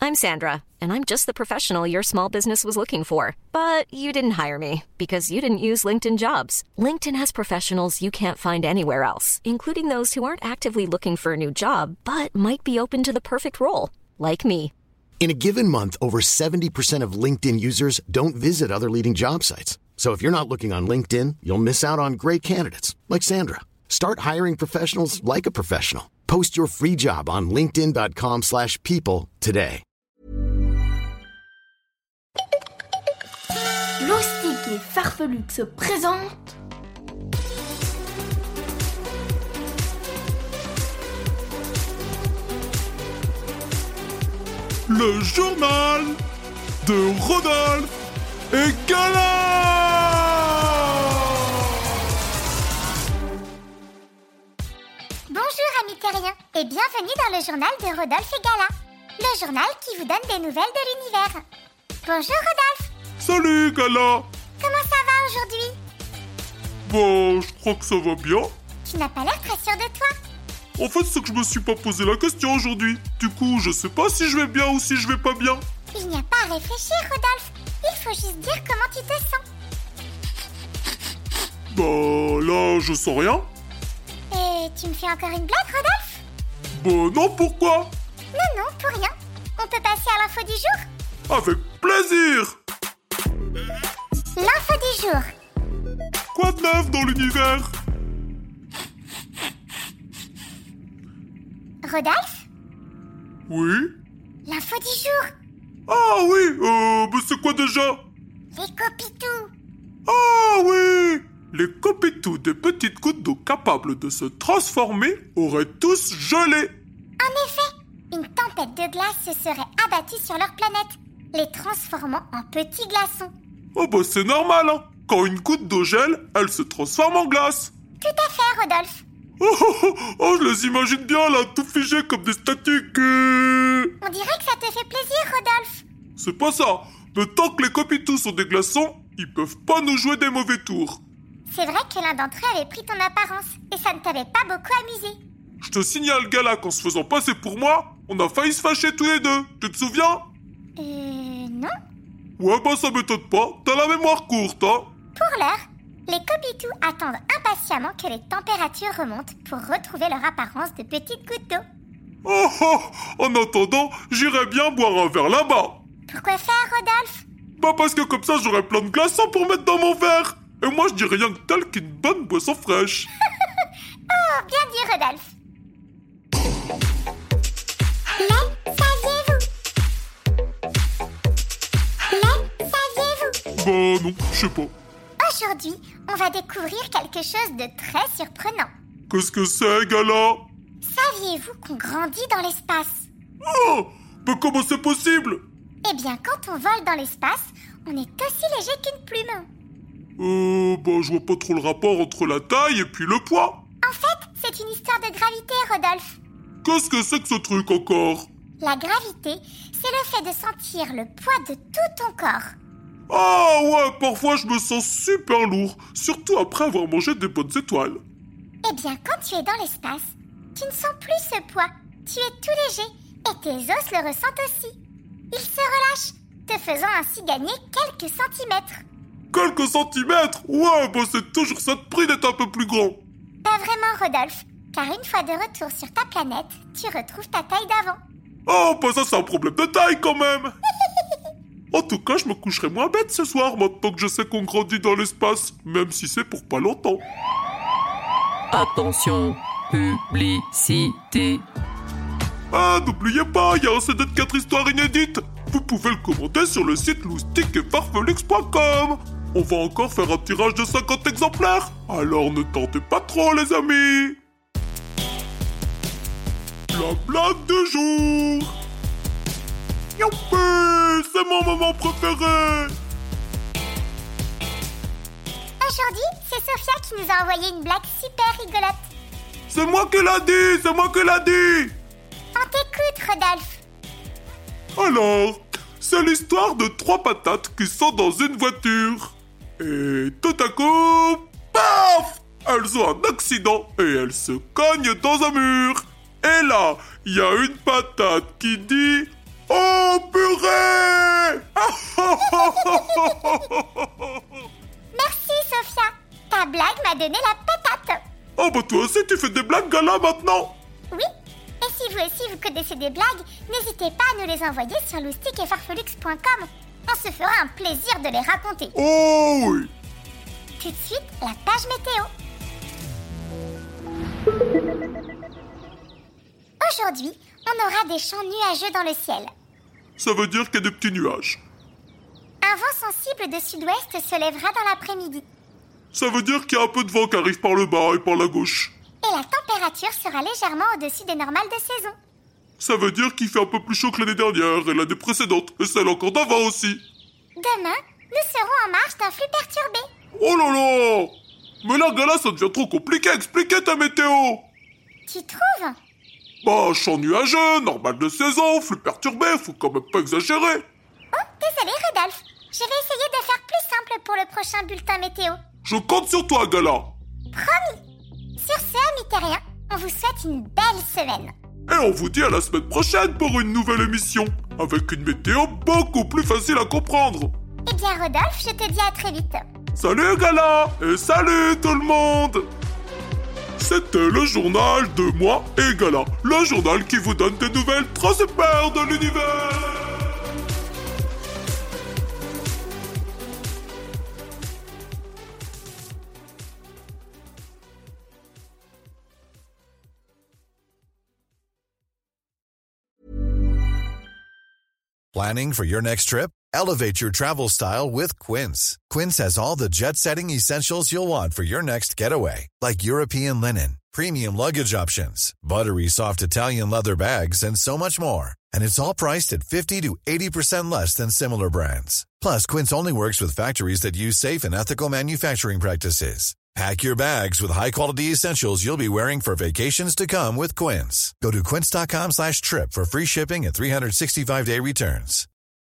I'm Sandra, and I'm just the professional your small business was looking for. But you didn't hire me because you didn't use LinkedIn Jobs. LinkedIn has professionals you can't find anywhere else, including those who aren't actively looking for a new job, but might be open to the perfect role, like me. In a given month, over 70% of LinkedIn users don't visit other leading job sites. So if you're not looking on LinkedIn, you'll miss out on great candidates like Sandra. Start hiring professionals like a professional. Post your free job on linkedin.com/people today. Loustic et Farfelux se présentent le journal de Rodolphe et Gala. Bonjour amis terriens et bienvenue dans le journal de Rodolphe et Gala, le journal qui vous donne des nouvelles de l'univers. Bonjour Rodolphe. Salut Gala. Comment ça va aujourd'hui? Bon, je crois que ça va bien. Tu n'as pas l'air très sûr de toi. En fait, c'est que je me suis pas posé la question aujourd'hui. Du coup, je sais pas si je vais bien ou si je vais pas bien. Il n'y a pas à réfléchir Rodolphe, il faut juste dire comment tu te sens. Bah là, je sens rien. Et tu me fais encore une blague Rodolphe? Bah non, pourquoi? Non, pour rien. On peut passer à l'info du jour? Avec plaisir. L'info du jour. Quoi de neuf dans l'univers? Rodolphe? Oui? L'info du jour. Ah oui, bah c'est quoi déjà? Les copitous. Ah oui! Les copitous des petites gouttes d'eau capables de se transformer auraient tous gelé. En effet, une tempête de glace se serait abattue sur leur planète, les transformant en petits glaçons. Oh bah c'est normal, hein. Quand une goutte d'eau gèle, elle se transforme en glace. Tout à fait, Rodolphe. Oh, je les imagine bien là, tout figés comme des statues. On dirait que ça te fait plaisir, Rodolphe. C'est pas ça. Mais tant que les copitous sont des glaçons, ils peuvent pas nous jouer des mauvais tours. C'est vrai que l'un d'entre eux avait pris ton apparence et ça ne t'avait pas beaucoup amusé. Je te signale, Gala, qu'en se faisant passer pour moi, on a failli se fâcher tous les deux. Tu te souviens? Non. Ouais, bah ça m'étonne pas. T'as la mémoire courte, hein. Pour l'heure, les copitous attendent impatiemment que les températures remontent pour retrouver leur apparence de petites gouttes d'eau. En attendant, j'irais bien boire un verre là-bas. Pourquoi faire, Rodolphe? Bah parce que comme ça, j'aurais plein de glaçons pour mettre dans mon verre. Et moi, je dis rien que tel qu'une bonne boisson fraîche. Oh, bien dit, Rodolphe. Le saviez-vous? Bah non, je sais pas. Aujourd'hui, on va découvrir quelque chose de très surprenant. Qu'est-ce que c'est, Gala? Saviez-vous qu'on grandit dans l'espace? Oh, mais comment c'est possible? Eh bien, quand on vole dans l'espace, on est aussi léger qu'une plume. Bah je vois pas trop le rapport entre la taille et puis le poids. En fait, c'est une histoire de gravité, Rodolphe. Qu'est-ce que c'est que ce truc encore? La gravité, c'est le fait de sentir le poids de tout ton corps. Ah ouais, parfois je me sens super lourd, surtout après avoir mangé des bonnes étoiles. Eh bien, quand tu es dans l'espace, tu ne sens plus ce poids. Tu es tout léger et tes os le ressentent aussi. Ils se relâchent, te faisant ainsi gagner quelques centimètres. Quelques centimètres? Ouais, bah c'est toujours ça de prix d'être un peu plus grand. Pas vraiment, Rodolphe, car une fois de retour sur ta planète, tu retrouves ta taille d'avant. Oh, bah ça c'est un problème de taille quand même. En tout cas, je me coucherai moins bête ce soir, maintenant que je sais qu'on grandit dans l'espace, même si c'est pour pas longtemps. Attention, publicité. Ah, n'oubliez pas, il y a un CD de 4 histoires inédites. Vous pouvez le commenter sur le site loustiqueetfarfelux.com. On va encore faire un tirage de 50 exemplaires. Alors ne tentez pas trop, les amis. La blague du jour. Youpi, c'est mon moment préféré. Aujourd'hui, c'est Sophia qui nous a envoyé une blague super rigolote. C'est moi qui l'a dit, c'est moi qui l'a dit. On t'écoute, Rodolphe. Alors, c'est l'histoire de 3 patates qui sont dans une voiture. Et tout à coup, paf! Elles ont un accident et elles se cognent dans un mur. Et là, il y a une patate qui dit « Oh ça maintenant? Oui. Et si vous aussi vous connaissez des blagues, n'hésitez pas à nous les envoyer sur loustiqueetfarfelux.com. On se fera un plaisir de les raconter. Oh oui! Tout de suite, la page météo. Aujourd'hui, on aura des champs nuageux dans le ciel. Ça veut dire qu'il y a des petits nuages. Un vent sensible de sud-ouest se lèvera dans l'après-midi. Ça veut dire qu'il y a un peu de vent qui arrive par le bas et par la gauche. Et la température sera légèrement au-dessus des normales de saison. Ça veut dire qu'il fait un peu plus chaud que l'année dernière et l'année précédente, et celle encore d'avant aussi. Demain, nous serons en marche d'un flux perturbé. Oh là là! Mais là, Gala, ça devient trop compliqué. Expliquez ta météo! Tu trouves? Bah, champ nuageux, normal de saison, flux perturbé, faut quand même pas exagérer. Oh, désolé Rodolphe. Je vais essayer de faire plus simple pour le prochain bulletin météo. Je compte sur toi, Gala. Promis. Sur ce, amis terriens, on vous souhaite une belle semaine. Et on vous dit à la semaine prochaine pour une nouvelle émission, avec une météo beaucoup plus facile à comprendre. Eh bien Rodolphe, je te dis à très vite. Salut Gala, et salut tout le monde. C'était le journal de moi et Gala, le journal qui vous donne des nouvelles trop super de l'univers. Planning for your next trip? Elevate your travel style with Quince. Quince has all the jet-setting essentials you'll want for your next getaway, like European linen, premium luggage options, buttery soft Italian leather bags, and so much more. And it's all priced at 50 to 80% less than similar brands. Plus, Quince only works with factories that use safe and ethical manufacturing practices. Pack your bags with high-quality essentials you'll be wearing for vacations to come with Quince. Go to quince.com/trip for free shipping and 365-day returns.